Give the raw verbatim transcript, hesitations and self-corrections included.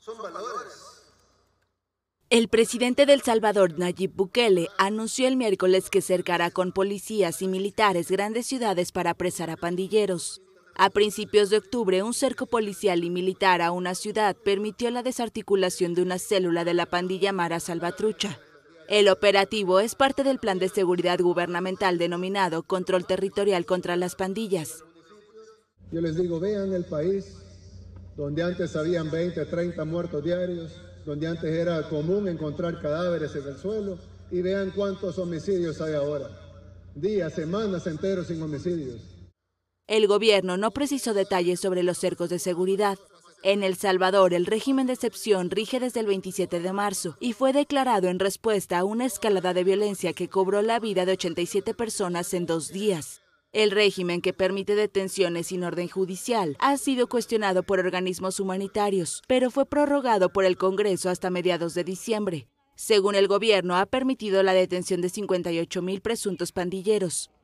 El presidente de El Salvador, Nayib Bukele, anunció el miércoles que cercará con policías y militares grandes ciudades para apresar a pandilleros. A principios de octubre, un cerco policial y militar a una ciudad permitió la desarticulación de una célula de la pandilla Mara Salvatrucha. El operativo es parte del plan de seguridad gubernamental denominado Control Territorial contra las Pandillas. Yo les digo, vean el país donde antes habían veinte, treinta muertos diarios, donde antes era común encontrar cadáveres en el suelo, y vean cuántos homicidios hay ahora. Días, semanas enteros sin homicidios. El gobierno no precisó detalles sobre los cercos de seguridad. En El Salvador, el régimen de excepción rige desde el veintisiete de marzo y fue declarado en respuesta a una escalada de violencia que cobró la vida de ochenta y siete personas en dos días. El régimen, que permite detenciones sin orden judicial, ha sido cuestionado por organismos humanitarios, pero fue prorrogado por el Congreso hasta mediados de diciembre. Según el gobierno, ha permitido la detención de cincuenta y ocho mil presuntos pandilleros.